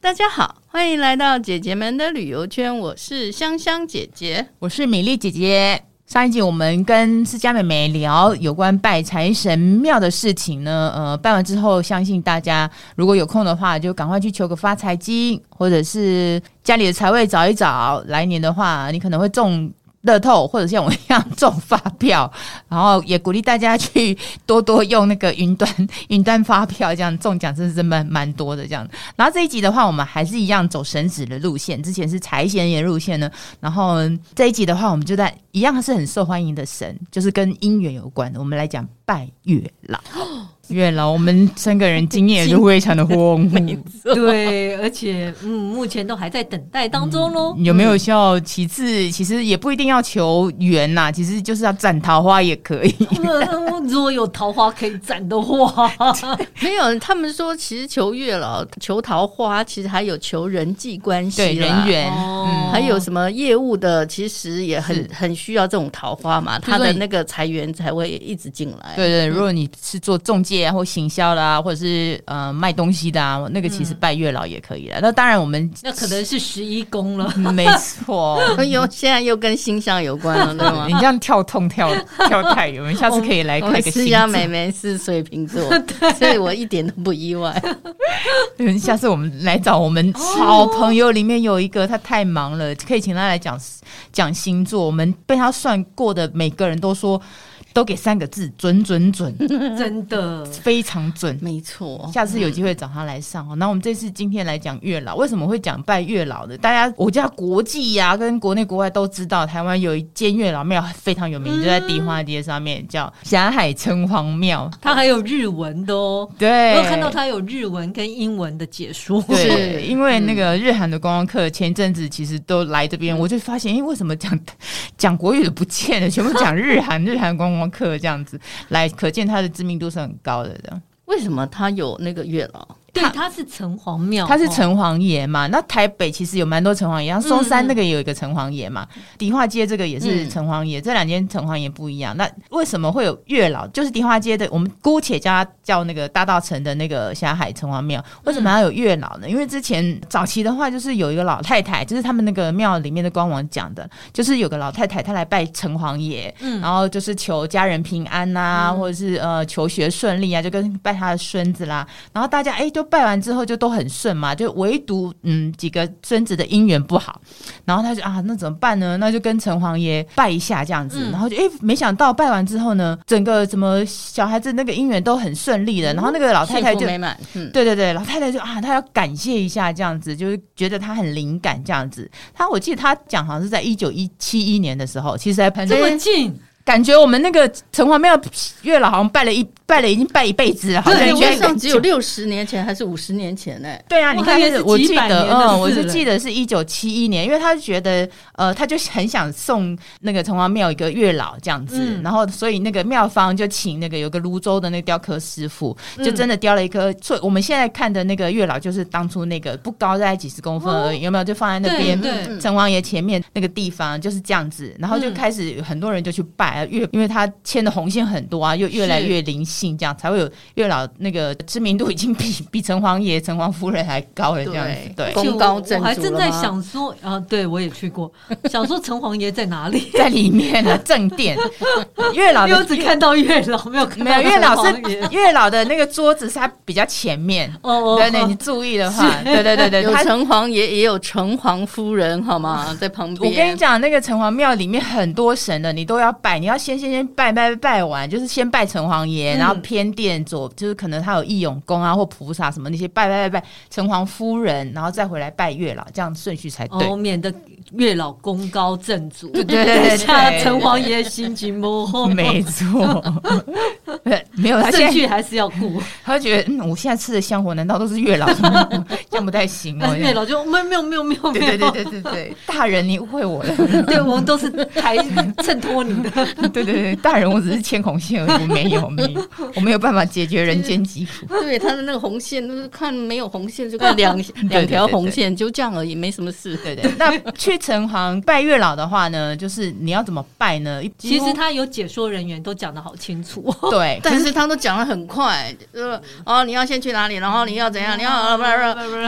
大家好，欢迎来到姐姐们的旅游圈，我是香香姐姐， 我是美丽姐姐。上一集我们跟思佳妹妹聊有关拜财神庙的事情呢，拜完之后相信大家如果有空的话就赶快去求个发财金，或者是家里的财位找一找，来年的话你可能会中乐透，或者像我一样中发票，然后也鼓励大家去多多用那个云端发票，这样中奖真是蛮多的这样。然后这一集的话我们还是一样走神旨的路线，之前是财神爷路线呢，然后这一集的话我们就在一样是很受欢迎的神，就是跟姻缘有关的，我们来讲拜月老。月老我们3个人经验也是非常的丰富， 对，而且目前都还在等待当中咯。 有没有效？其次其实也不一定要求缘呐，其实就是要斩桃花也可以。 如果有桃花可以斩的话， 没有，他们说其实求月老求桃花，其实还有求人际关系啦， 对人缘， 还有什么业务的，其实也很需要这种桃花嘛，他的那个财源才会一直进来。 对对，如果你是做中介啊或行销啦，或者是卖东西的啊，那个其实拜月老也可以了。那当然我们那可能是11宫了。 没错。 现在又跟星象有关了，对吗？ 你这样跳太远，我们下次可以来开个星座。 思佳妹妹是水瓶座，所以我一点都不意外。 下次我们来找我们好朋友里面有一个，他太忙了，可以请他来讲星座。我们被他算过的每个人都说，都给3个字：准， 真的非常准， 没错。 下次有机会找他来上。那我们今天来讲月老，为什么会讲拜月老的？大家我家国际啊，跟国内国外都知道，台湾有一间月老庙非常有名，就在迪化街上面，叫霞海城隍庙。 它还有日文的哦。 对， 我有看到它有日文跟英文的解说。 对，因为那个日韩的观光客前阵子其实都来这边，我就发现，为什么讲国语的不见了，全部讲日韩观光客这样子来，可见它的知名度是很高的。 为什么他有那个月老？ 对，它是城隍庙， 它是城隍爷嘛。那台北其实有蛮多城隍爷，像松山那个也有一个城隍爷嘛，迪化街这个也是城隍爷，这2间城隍爷不一样。那为什么会有月老？就是迪化街的，我们姑且叫那个大稻埕的那个霞海城隍庙，为什么要有月老呢？因为之前早期的话，就是有一个老太太，就是他们那个庙里面的官网讲的，就是有个老太太她来拜城隍爷，然后就是求家人平安啊，或者是求学顺利啊，就跟拜他的孙子啦。然后大家就拜完之后就都很顺嘛，就唯独几个孙子的姻缘不好，然后他就那怎么办呢？那就跟城隍爷拜一下这样子，然后就没想到拜完之后呢，整个什么小孩子那个姻缘都很顺利的，然后那个老太太就幸福美满， 对，老太太就她要感谢一下这样子，就是觉得她很灵感这样子。我记得她讲好像是在1971年的时候，其实还这么近。 感觉我们那个城隍庙月老好像拜了已经拜一辈子了，好像对，上只有60年前还是50年前呢？ 对啊，你看我记得，我是记得是1971年，因为他觉得他就很想送那个城隍庙一个月老这样子，然后所以那个庙方就请那个有个泸州的那个雕刻师傅，就真的雕了一颗。所以我们现在看的那个月老就是当初那个不高，大概几10公分而已，有没有？就放在那边城隍爷前面那个地方就是这样子，然后就开始很多人就去拜。因为他牵的红线很多啊，又越来越灵性，这样才会有月老那个知名度已经比城隍爷、城隍夫人还高了，这样子。对， 功高震主了吗？ 我还正在想说对我也去过，想说城隍爷在哪里？ 在里面的正殿。月老我只看到月老，没有看到月老是月老的那个桌子是他比较前面。对，你注意的话，对， 有城隍爷也有城隍夫人，好吗？在旁边。 我跟你讲，那个城隍庙里面很多神的，你都要拜。你要先拜完，就是先拜城隍爷，然后偏殿左，就是可能他有义勇公啊或菩萨什么那些拜城隍夫人，然后再回来拜月老，这样顺序才对， 免得月老功高震主， 对， 城隍爷心情不好， 没错，没有他顺序还是要顾， 他觉得我现在吃的香火难道都是月老？这样不太行哦。 月老就没有， 对，大人你误会我了， 对我们都是还衬托你的。 对，大人我只是牵红线而已，我没有办法解决人间疾苦。 对，他的那个红线，看没有红线就看两条红线，就这样而已，没什么事。 对，那去城隍拜月老的话呢，就是你要怎么拜呢？ 其实他有解说人员都讲得好清楚， 对， 但是他都讲得很快，你要先去哪里，然后你要怎样，你要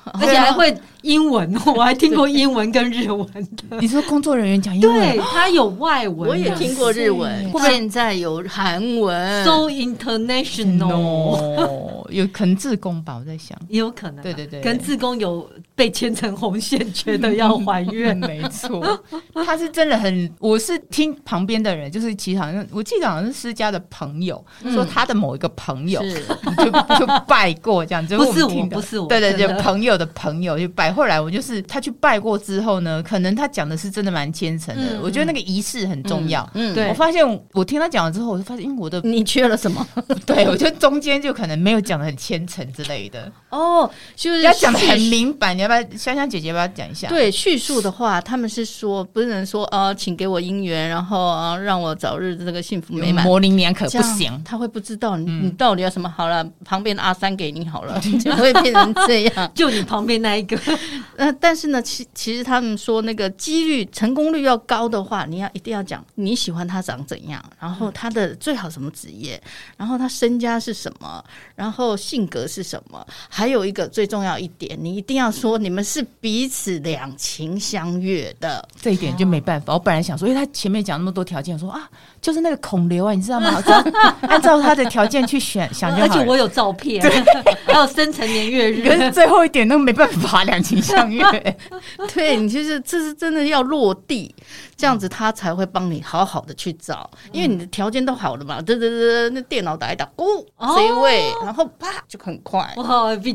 而且还会英文，我还听过英文跟日文的。 你说工作人员讲英文， 对，他有外文， 我也听过日文，现在有韩文 ，so international， 有可能志工吧，我在想， 也有可能， 对对对， 跟志工有被牵成红线，觉得要还愿， 没错，他是真的很，我是听旁边的人，就是其实好像我记得好像是施家的朋友说他的某一个朋友就拜过这样， 不是我，不是我， 对对对，朋友的朋友就拜。后来我就是他去拜过之后呢，可能他讲的是真的蛮虔诚的，我觉得那个仪式很重要。 对， 我发现我听他讲了之后，我就发现，我的你缺了什么？ 对，我觉得中间就可能没有讲的很虔诚之类的。 哦，就是要讲的很明白，你要不要香香姐姐要不要讲一下？ 对，叙述的话，他们是说不能说请给我姻缘，然后让我早日这个幸福美满， 模棱两可不行， 他会不知道你到底要什么。好了，旁边的阿三给你好了，就会变成这样。 就你旁边那一个， 但是呢，其实他们说那个几率成功率要高的话，你一定要讲你喜欢他长怎样，然后他的最好什么职业，然后他身家是什么，然后性格是什么，还有一个最重要一点，你一定要说你们是彼此两情相悦的。 这一点就没办法。我本来想说，因为他前面讲那么多条件，说就是那个孔刘啊，你知道吗？只要按照他的条件去想就好了。 而且我有照片，还有生辰年月日。 可是最后一点都没办法两情相悦。 对，你就是这是真的要落地，这样子他才会帮你好好的去找，因为你的条件都好了嘛，那电脑打一打，谁位，然后啪就很快。 哇，比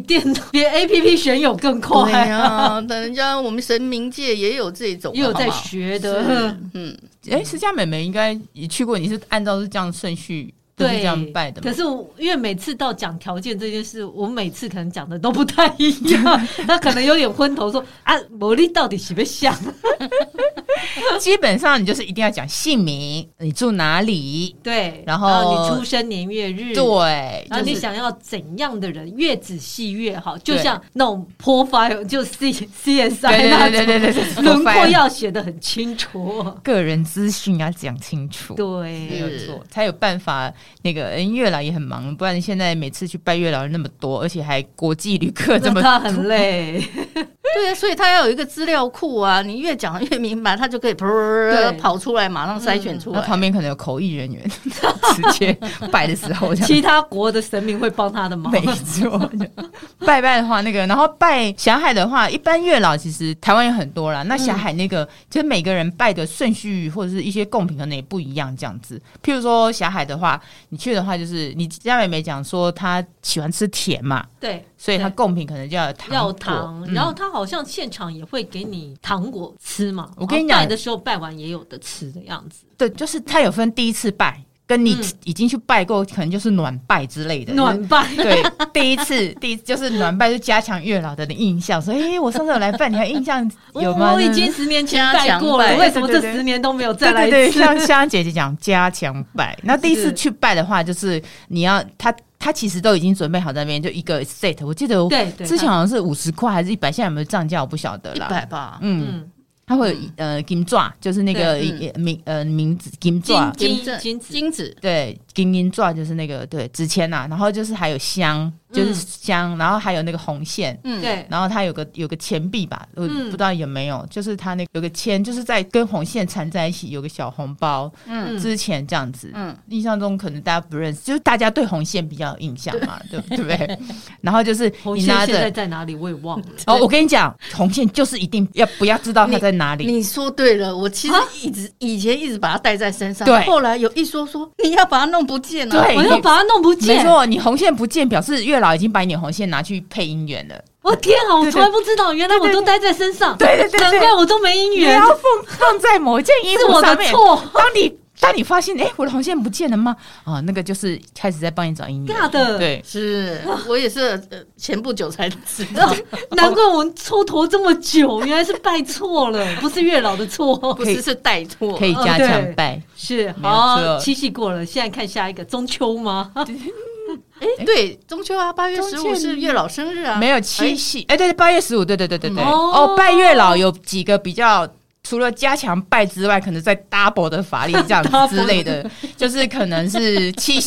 APP 选友更快。 对啊，等人家我们神明界也有这种， 也有在学的。 施家妹妹应该也去过，你是按照是这样顺序。都是这样拜的。 可是因为每次到讲条件这件事，我每次可能讲的都不太一样，他可能有点昏头说魔力到底是不是像？ 基本上你就是一定要讲姓名，你住哪里， 对， 然后你出生年月日， 对， 然后你想要怎样的人，越仔细越好，就像那种 profile 就 CSI 那种，对，轮廓要写得很清楚， 个人资讯要讲清楚， 对， 没有错，才有办法。那个月老也很忙，不然现在每次去拜月老人那么多，而且还国际旅客这么多， 他很累。 对啊，所以他要有一个资料库啊，你越讲越明白，他就可以跑出来，马上筛选出来。 旁边可能有口译人员，直接拜的时候， 其他国的神明会帮他的忙。 没错，拜的话，那个然后拜霞海的话，一般月老其实台湾有很多啦。那霞海那个，就是每个人拜的顺序或者是一些贡品可能也不一样，这样子。譬如说霞海的话，你去的话，就是你家妹妹讲说她喜欢吃甜嘛， 对， 所以她贡品可能就要有糖，然后她好像现场也会给你糖果吃嘛。 我跟你讲， 拜的时候拜完也有的吃的样子。 对，就是他有分第一次拜。跟你已经去拜过，可能就是暖拜之类的。 暖拜， 对，第一次就是暖拜，就加强月老的印象。说，我上次有来拜，你还印象有吗？ 我已经10年前拜过了，为什么这10年都没有再来一次？ 对，像香姐姐讲加强拜。那第一次去拜的话，就是你要他其实都已经准备好在那边，就一个 set。我记得之前好像是50块还是100，现在有没有涨价我不晓得啦。 100吧， 它会有金爪，就是那个名字金爪， 金子， 对，金爪就是那个对纸钱呐，然后就是还有香，就是香，然后还有那个红线， 对， 然后它有个钱币吧，我不知道有没有，就是它那个有个签，就是在跟红线缠在一起，有个小红包，之前这样子，印象中可能大家不认识，就是大家对红线比较有印象嘛，对不对？然后就是你拿着， 红线现在在哪里我也忘了。 哦，我跟你讲，红线就是一定不要知道它在哪里。 你说对了，我其实以前一直把它带在身上，对，后来有一说你要把它弄不见了， 对， 我要把它弄不见， 没错，你红线不见，表示月老已经把你的红线拿去配姻缘了。 我天啊！我从来不知道，原来我都待在身上， 对， 难怪我都没姻缘。 你要放在某一件衣服上面， 是我的错。 当你发现我的红线不见了吗？那个就是开始在帮你找姻缘。 大的， 对， 是我也是前不久才知道， 难怪我蹉跎这么久，原来是拜错了，不是月老的错， 不是带错， 可以加强拜。 是好，七夕过了，现在看下一个中秋吗？ 对，中秋啊，8月15是月老生日啊， 没有七夕，对，8月15，对，拜月老有几个比较。除了加强拜之外，可能在 double 的法力这样之类的，就是可能是七夕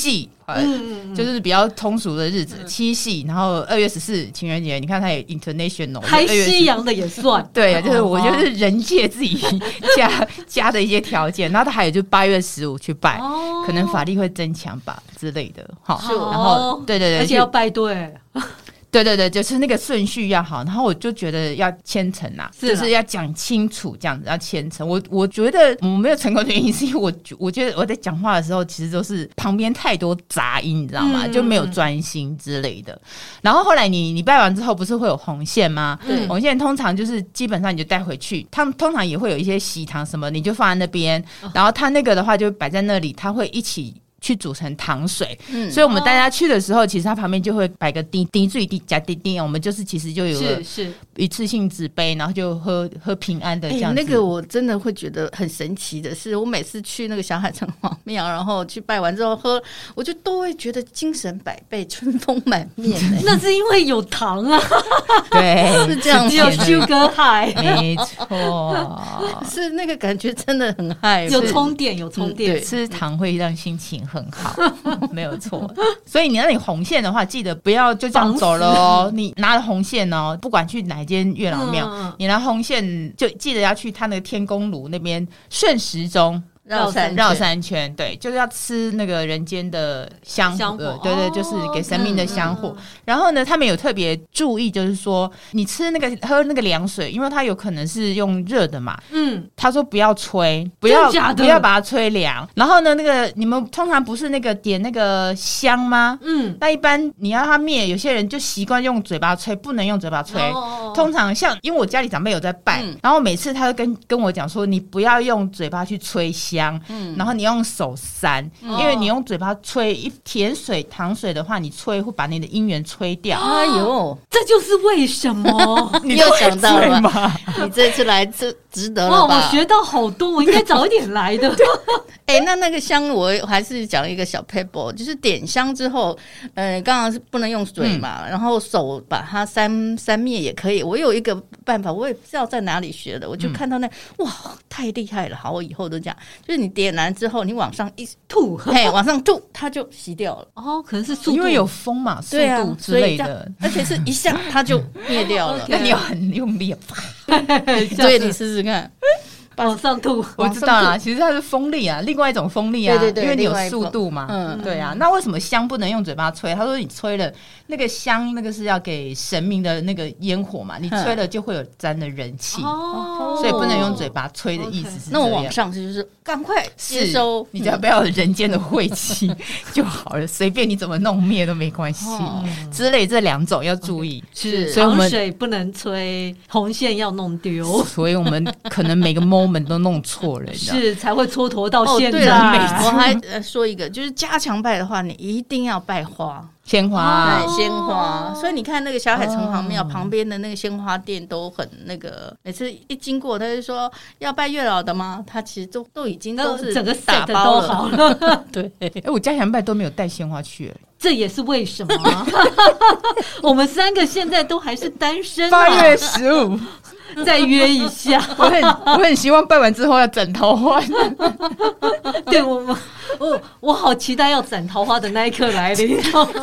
就是比较通俗的日子，七夕，然后2月14情人节，你看它也 international， 还西洋的也算。 对，就是我觉得是人界自己加的一些条件，然后他还有就8月15去拜，可能法力会增强吧之类的。好，然后对， 而且要拜对。 对，就是那个顺序要好，然后我就觉得要虔诚啊，就是要讲清楚这样子，要虔诚。我觉得我没有成功的原因是因为我觉得我在讲话的时候，其实都是旁边太多杂音，你知道吗？就没有专心之类的。然后后来你拜完之后，不是会有红线吗？红线通常就是基本上你就带回去，他们通常也会有一些喜糖什么，你就放在那边，然后他那个的话就摆在那里，他会一起去煮成糖水，所以我们大家去的时候，其实它旁边就会摆个滴水加滴滴，我们就是其实就有个一次性纸杯，然后就喝平安的这样子。 那个我真的会觉得很神奇的是，我每次去那个小海城隍庙，然后去拜完之后喝，我就都会觉得精神百倍、春风满面。 那是因为有糖啊， 对， 是这样子， 有 sugar high， 没错， 是那个感觉真的很嗨， 有充电， 吃糖会让心情很好，没有错。所以你那里红线的话，记得不要就这样走了哦。你拿了红线哦，不管去哪间月老庙，你拿红线就记得要去他那个天公炉那边顺时钟绕三圈，对，就是要吃那个人间的香火，对，就是给神明的香火。然后呢，他们有特别注意，就是说你吃喝那个凉水，因为它有可能是用热的嘛，他说不要吹，不要把它吹凉。然后呢，那个你们通常不是那个点那个香吗？那一般你要它灭，有些人就习惯用嘴巴吹，不能用嘴巴吹。通常像因为我家里长辈有在拜，然后每次他就跟我讲说，你不要用嘴巴去吹香。然后你用手扇，因为你用嘴巴吹甜水糖水的话，你吹会把你的姻缘吹掉。 哎呦， 这就是为什么你又想到了吗？你这次来值得了吧？ 我学到好多，我应该早一点来的。 那个香我还是讲一个小 paper， 就是点香之后，刚刚是不能用水嘛，然后手把它扇灭也可以。我有一个办法，我也不知道在哪里学的，我就看到哇，太厉害了！好，我以后都这样，就是你点燃之后，你往上一吐，往上吐，它就熄掉了。 可能是速度， 因为有风嘛，速度之类的， 而且是一下它就灭掉了。 那你要很用力， 所以你试试看。 往上吐， 我知道啦，其实它是风力啊，另外一种风力啊， 对， 因为你有速度嘛，对啊。那为什么香不能用嘴巴吹？他说你吹了那个香，那个是要给神明的那个烟火嘛，你吹了就会有沾的人气，所以不能用嘴巴吹的意思是这样。 那我往上就是赶快接收， 你只要不要有人间的晦气就好了，随便你怎么弄灭都没关系之类，这2种要注意。 是， 所以我们水不能吹，红线要弄丢， 所以我们可能每个 moment都弄错了， 是才会蹉跎到现在。 对了，我还说一个，就是加强拜的话，你一定要拜花。 鲜花， 鲜花，所以你看那个小海城隍庙旁边的那个鲜花店都很那个，每次一经过，他就说要拜月老的吗？他其实都已经都是整个打包好了。 对，我家祥拜都没有带鲜花去， 这也是为什么我们3个现在都还是单身。 8月15。 再约一下， 我很希望拜完之后要斩桃花。 对，我好期待要斩桃花的那一刻来临。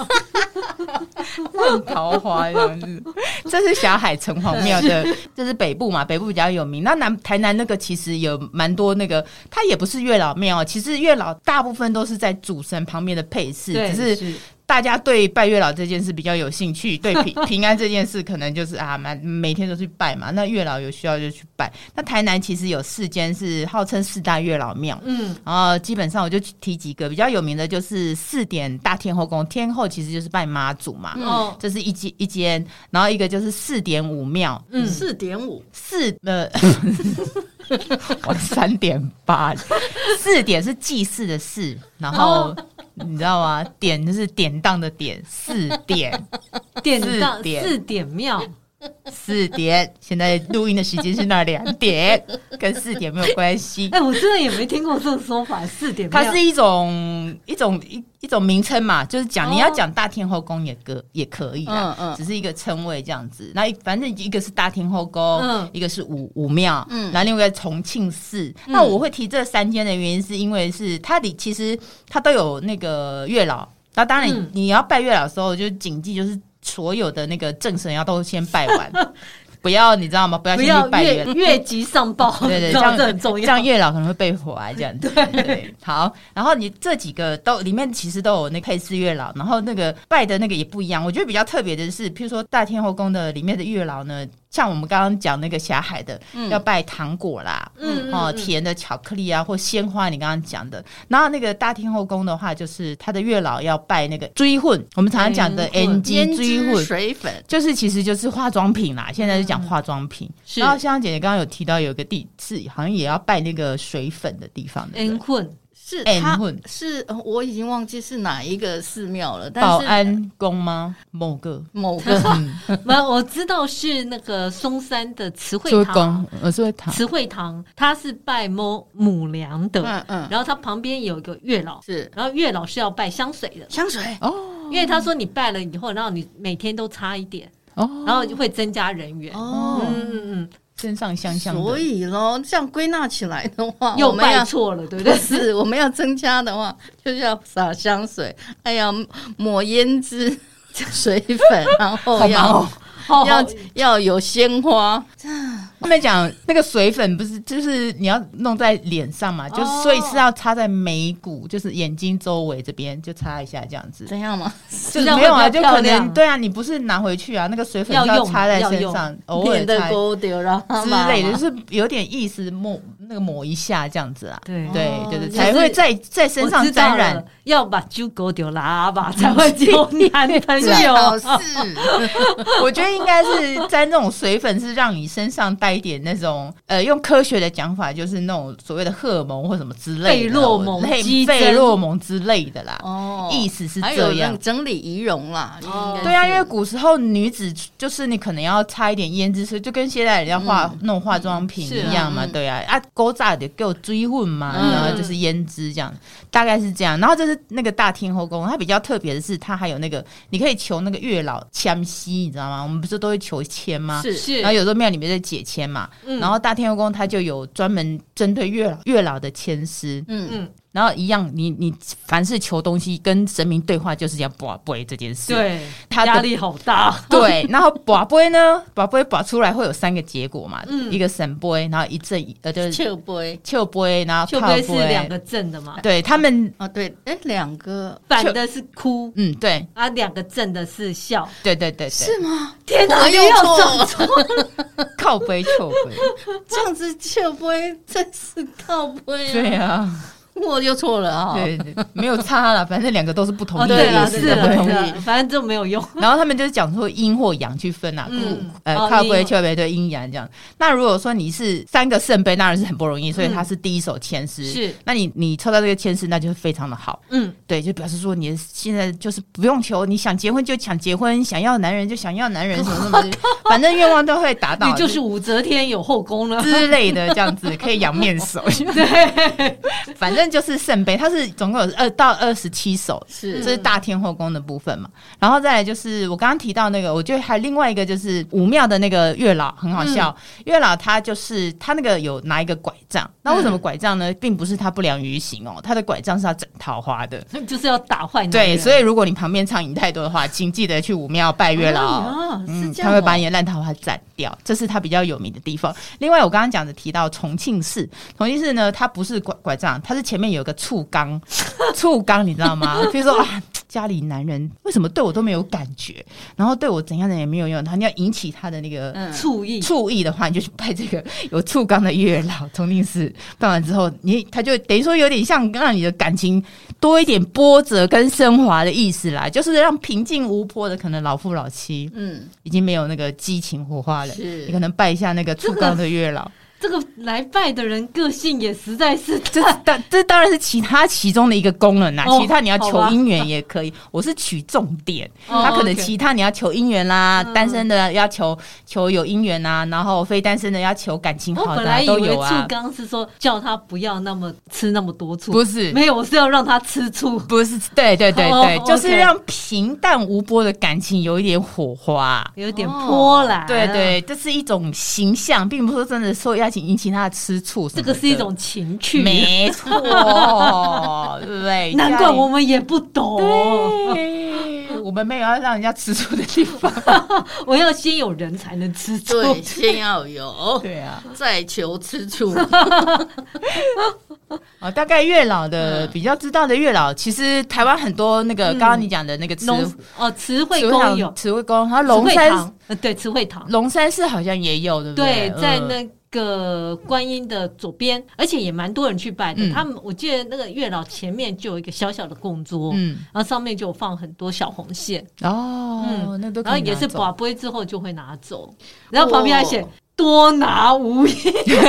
桃花这样子，这是小海城隍庙的，这是北部嘛，北部比较有名。那台南那个其实有蛮多那个，它也不是月老庙，其实月老大部分都是在主神旁边的配饰，只是大家对拜月老这件事比较有兴趣，对平安这件事可能就是每天都去拜嘛。那月老有需要就去拜。那台南其实有4间是号称4大月老庙，然后基本上我就提几个比较有名的，就是4点大天后宫，天后其实就是拜妈祖嘛，这是一间，然后一个就是4点5庙 ，4.5， 我3.8， 4点是祭祀的4，然后你知道吗？点就是典当的点，4点， 典当4点庙。 4点，现在录音的时间是那2点，跟4点没有关系。 我真的也没听过这种说法，4点它是一种名称嘛，就是讲你要讲大天后宫也可以啦，只是一个称谓这样子。那反正一个是大天后宫，一个是武庙，然后另外一个重庆寺。那我会提这3间的原因，是因为是其实它都有那个月老。 那当然你要拜月老的时候，就谨记就是所有的那个正神要都先拜完。不要你知道吗？不要先去拜越级上报， 对对， 这样很重要。 这样月老可能会被回来这样子。对，好。然后你这几个都里面其实都有那配祀月老，然后那个拜的那个也不一样。我觉得比较特别的是，譬如说大天后宫的里面的月老呢，像我们刚刚讲那个霞海的，要拜糖果啦，甜的巧克力啊，或鲜花，你刚刚讲的。然后那个大天后宫的话，就是他的月老要拜那个追混，我们常常讲的胭脂水粉， 就是其实就是化妆品啦。现在就讲化妆品。然后香香姐姐刚刚有提到有一个地是好像也要拜那个水粉的地方的， 胭混是它是我已经忘记是哪一个寺庙了，但是保安宫吗？某个我知道是那个松山的慈惠堂，慈惠堂它是拜母娘的，然后它旁边有一个月老， 是， 然后月老是要拜香水的， 香水因为他说你拜了以后，然后你每天都擦一点。然后就会增加人缘身上香香的。 所以咯，这样归纳起来的话， 又拜错了，对不对？ 不是，我们要增加的话，就是要撒香水，抹胭脂水粉，然后要有鲜花。 他们讲那个水粉不是就是你要弄在脸上嘛，就是所以是要擦在眉骨，就是眼睛周围这边就擦一下这样子。 怎样吗？ 就是没有啊，就可能对啊，你不是拿回去啊，那个水粉要擦在身上，偶尔擦之类的，就是有点意思，抹一下这样子啊。 对， 就是才会在身上沾染。 要把酒勾丢喇叭才会有男朋友。 是， 我觉得应该是沾这种水粉是让你身上带一点那种用科学的讲法就是那种所谓的荷尔蒙或什么之类的费洛蒙之类的啦。意思是这样， 整理仪容啦。 对啊，因为古时候女子就是你可能要擦一点胭脂，就跟现在人家弄化妆品一样嘛。对啊，勾炸的给我追混嘛，然后就是胭脂这样，大概是这样。然后这是那个大天后宫，它比较特别的是，它还有那个你可以求那个月老签息，你知道吗？我们不是都会求签吗？ 是。 然后有时候庙里面在解签嘛，然后大天后宫它就有专门针对月老的签师，然后一样，你凡是求东西跟神明对话，就是要跋杯这件事。 对，压力好大。 对，然后跋杯呢，跋杯跋出来会有3个结果嘛，一个神杯，然后一正就是笑杯，然后靠杯是2个正的嘛。 对他们对，2个反的是哭， 对啊，2个正的是笑， 对， 是吗？ 天哪，又要错了， 靠杯笑杯， 这样子笑杯真是靠杯啊！ 对啊。 我就错了啊！ 对，没有差了，反正2个都是不同意的意思， 不同意，反正就没有用。 然后他们就是讲说阴或阳去分啊，靠杯、笑杯对阴阳这样。那如果说你是3个圣杯，当然是很不容易，所以他是第一手签师。 是， 那你抽到这个签师，那就是非常的好。对，就表示说你现在就是不用求，你想结婚就想结婚，想要男人就想要男人，什么什么，反正愿望都会达到。 你就是武则天有后宫了之类的，这样子可以养面首。对，反正。就是圣杯，它是总共有2到27首，这是大天后宫的部分嘛。然后再来就是我刚刚提到那个，我觉得还另外一个就是武庙的那个月老很好笑。月老他就是他那个有拿一个拐杖，那为什么拐杖呢？并不是他不良于行哦，他的拐杖是要整桃花的， 就是要打坏男人。 对，所以如果你旁边苍蝇太多的话，请记得去武庙拜月老，他会把你的烂桃花斩掉，这是他比较有名的地方。另外我刚刚讲的提到重庆市呢，它不是拐杖，它是前面有个醋缸你知道吗？比如说家里男人为什么对我都没有感觉，然后对我怎样的也没有用，你要引起他的那个醋意的话，你就去拜这个有醋缸的月老。重庆市拜完之后，他就等于说有点像让你的感情多一点波折跟升华的意思啦，就是让平静无波的可能老夫老妻已经没有那个激情火花了，你可能拜一下那个醋缸的月老。 这个来拜的人个性也实在是这当然是其中的一个功能啦，其他你要求姻缘也可以。我是取重点，他可能其他你要求姻缘啦，单身的要求有姻缘啊，然后非单身的要求感情好的都有啊。我本来以为醋缸是说叫他不要吃那么多醋， 不是， 没有，我是要让他吃醋， 不是，对，就是让平淡无波的感情有一点火花， 有点波澜。 对，这是一种形象，并不是说真的说要情引起他的吃醋什么的， 这个是一种情趣， 没错，对不对？ 难怪我们也不懂， 对，我们没有要让人家吃醋的地方， 我要先有人才能吃醋， 对，先要有， 对啊， 再求吃醋。 大概月老的比较知道的月老，其实台湾很多那个刚刚你讲的那个慈惠宫有慈惠宫，然后龙山对慈惠堂， 龙山寺好像也有，对不对？ 对，在那个观音的左边，而且也蛮多人去拜的。他们我记得那个月老前面就有一个小小的供桌，然后上面就有放很多小红线那都可以拿走， 然后也是拔杯之后就会拿走，然后旁边还写多拿无益。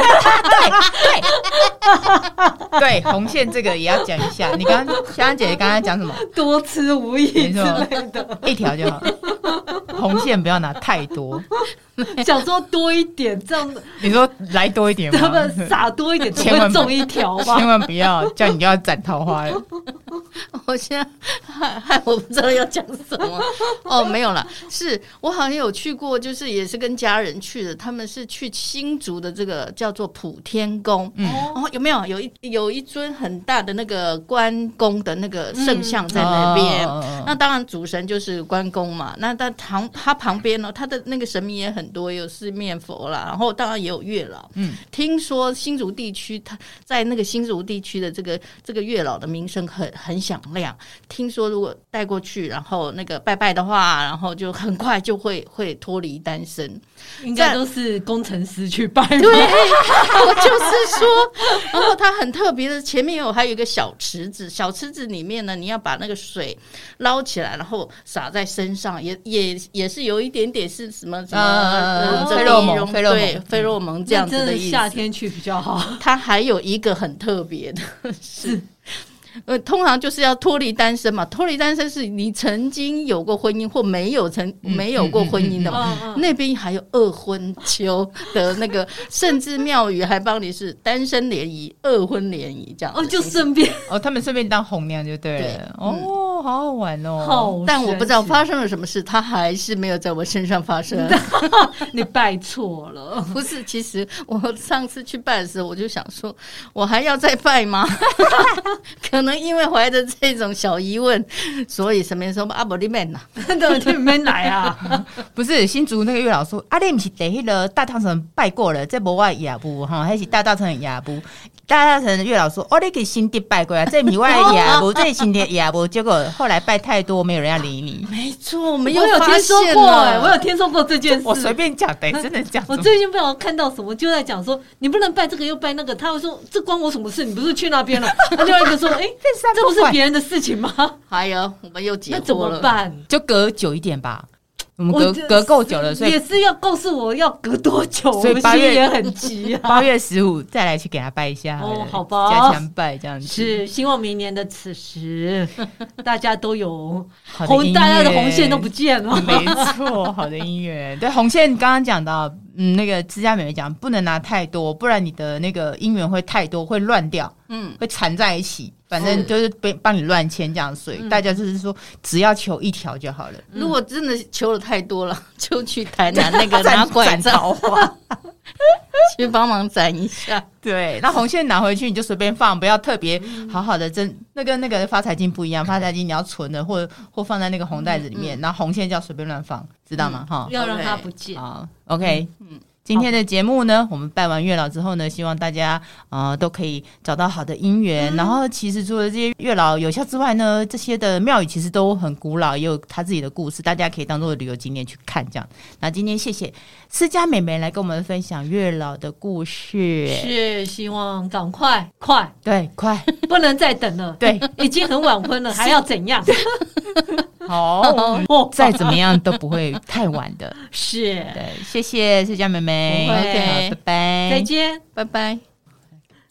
对，红线这个也要讲一下。你刚刚香香姐姐刚才讲什么？ 多吃无益之类的， 一条就好。红线不要拿太多， 想说多一点这样。 你说来多一点吗？ 他们撒多一点， 千万中一条吧。 千万不要，这样你就要斩桃花了。 我现在害我不知道要讲什么。没有啦，是我好像有去过，就是也是跟家人去的，他们是去新竹的这个叫做普天宫。有没有一尊很大的那个关公的那个圣像在那边？那当然主神就是关公嘛。那他旁边呢，他的那个神明也很多，有四面佛啦，然后当然也有月老。听说新竹地区，他在那个新竹地区的这个月老的名声很响亮。听说如果带过去，然后那个拜拜的话，然后就很快就会脱离单身。 应该都是工程师去拜。 对，我就是说，然后它很特别的，前面还有一个小池子，小池子里面呢，你要把那个水捞起来，然后洒在身上，也是有一点点是什么费洛蒙， 对，费洛蒙这样子的意思。 夏天去比较好。 它还有一个很特别的是。通常就是要脱离单身嘛，脱离单身是你曾经有过婚姻或没有过婚姻的嘛。那边还有二婚秋的那个，甚至庙宇还帮你是单身联谊、二婚联谊这样。 就顺便他们顺便当红娘就对了。好好玩哦。 但我不知道发生了什么事，它还是没有在我身上发生。 你拜错了。 不是，其实我上次去拜的时候，我就想说，我还要再拜吗？可能因为怀着这种小疑问，所以什么时候不你们呐？ 你们来啊？ 不是新竹那个月老说，你不是在那个大稻埕拜过了，这不我业务哈，还是大稻埕的业务。大稻埕的月老说，你给新地拜过啊，这不是我的业务，这是新的业务。结果后来拜太多，没有人要理你。 没错，我有听说过我有听说过这件事。 我随便讲的，真的讲。 我最近不知道看到什么，就在讲说，你不能拜这个又拜那个。他会说，这关我什么事？你不是去那边了？另外一个说，这不是别人的事情吗？ 还有，我们又结婚了， 那怎么办？ 就隔久一点吧。我们隔够久了，所以也是要告诉我要隔多久。 所以8月也很急啊。 8月15再来去给他拜一下。 好吧， 加强拜这样子。 是希望明年的此时，大家都有大家的红线都不见了。 没错，好的姻缘。对，红线刚刚讲到，那个知家妹妹讲不能拿太多，不然你的那个姻缘会太多，会乱掉，会缠在一起。反正就是帮你乱牵这样，所以大家就是说只要求一条就好了。 如果真的求了太多了，就去台南那个拿拐杖桃花去帮忙斩一下。 对，那红线拿回去你就随便放，不要特别好好的真。那个发财金不一样，发财金你要存的或放在那个红袋子里面，然后红线就要随便乱放，知道吗？ 要让它不见。 好 ，OK。今天的节目呢，我们拜完月老之后呢，希望大家都可以找到好的姻缘。然后其实除了这些月老有效之外呢，这些的庙宇其实都很古老，也有他自己的故事，大家可以当做旅游景点去看这样。那今天谢谢思佳妹妹来跟我们分享月老的故事， 是希望赶快对快不能再等了， 对， 已经很晚婚了，还要怎样？ 好，再怎么样都不会太晚的。 是， 对，谢谢思佳妹妹。 OK， 拜拜， 再见， 拜拜。